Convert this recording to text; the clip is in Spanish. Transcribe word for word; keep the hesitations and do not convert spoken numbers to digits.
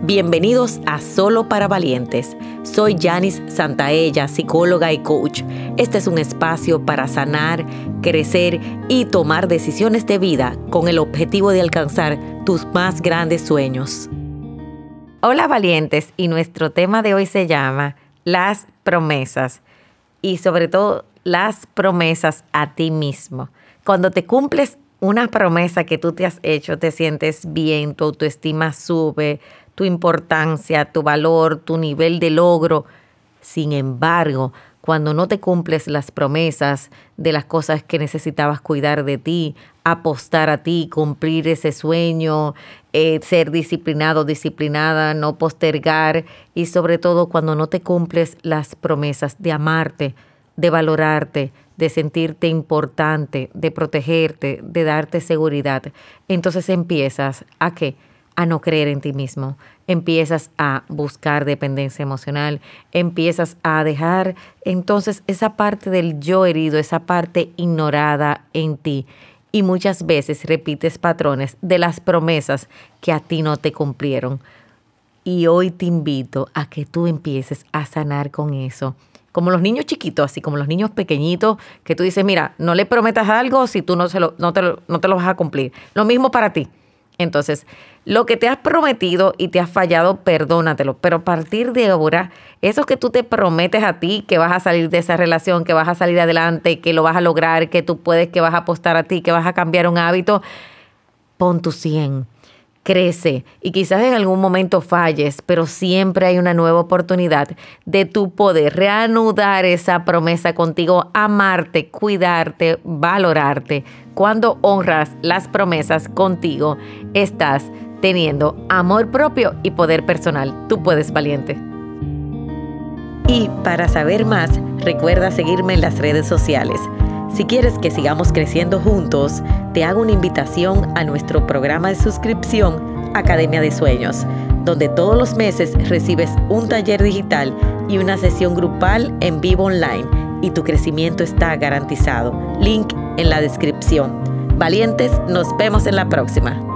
Bienvenidos a Solo para Valientes. Soy Yanis Santaella, psicóloga y coach. Este es un espacio para sanar, crecer y tomar decisiones de vida con el objetivo de alcanzar tus más grandes sueños. Hola valientes, y nuestro tema de hoy se llama las promesas y sobre todo las promesas a ti mismo. Cuando te cumples una promesa que tú te has hecho, te sientes bien, tu autoestima sube, tu importancia, tu valor, tu nivel de logro. Sin embargo, cuando no te cumples las promesas de las cosas que necesitabas cuidar de ti, apostar a ti, cumplir ese sueño, eh, ser disciplinado, disciplinada, no postergar y sobre todo cuando no te cumples las promesas de amarte, de valorarte, de sentirte importante, de protegerte, de darte seguridad, entonces empiezas a ¿qué? A no creer en ti mismo, empiezas a buscar dependencia emocional, empiezas a dejar entonces esa parte del yo herido, esa parte ignorada en ti. Y muchas veces repites patrones de las promesas que a ti no te cumplieron. Y hoy te invito a que tú empieces a sanar con eso. Como los niños chiquitos, así como los niños pequeñitos, que tú dices, mira, no le prometas algo si tú no, se lo, no, te lo, no te lo vas a cumplir. Lo mismo para ti. Entonces, lo que te has prometido y te has fallado, perdónatelo. Pero a partir de ahora, eso que tú te prometes a ti, que vas a salir de esa relación, que vas a salir adelante, que lo vas a lograr, que tú puedes, que vas a apostar a ti, que vas a cambiar un hábito, pon tu cien. Crece y quizás en algún momento falles, pero siempre hay una nueva oportunidad de tu poder reanudar esa promesa contigo, amarte, cuidarte, valorarte. Cuando honras las promesas contigo, estás teniendo amor propio y poder personal. Tú puedes, valiente. Y para saber más, recuerda seguirme en las redes sociales. Si quieres que sigamos creciendo juntos, te hago una invitación a nuestro programa de suscripción Academia de Sueños, donde todos los meses recibes un taller digital y una sesión grupal en vivo online, y tu crecimiento está garantizado. Link en la descripción. Valientes, nos vemos en la próxima.